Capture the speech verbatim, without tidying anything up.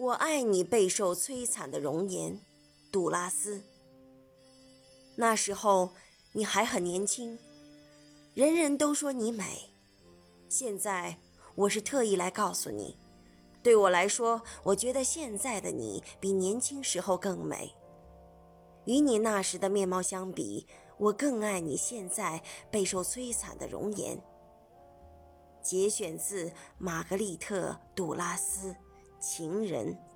我爱你备受摧残的容颜，杜拉斯。那时候你还很年轻，人人都说你美。现在我是特意来告诉你，对我来说，我觉得现在的你比年轻时候更美。与你那时的面貌相比，我更爱你现在备受摧残的容颜。节选自玛格丽特·杜拉斯《情人》。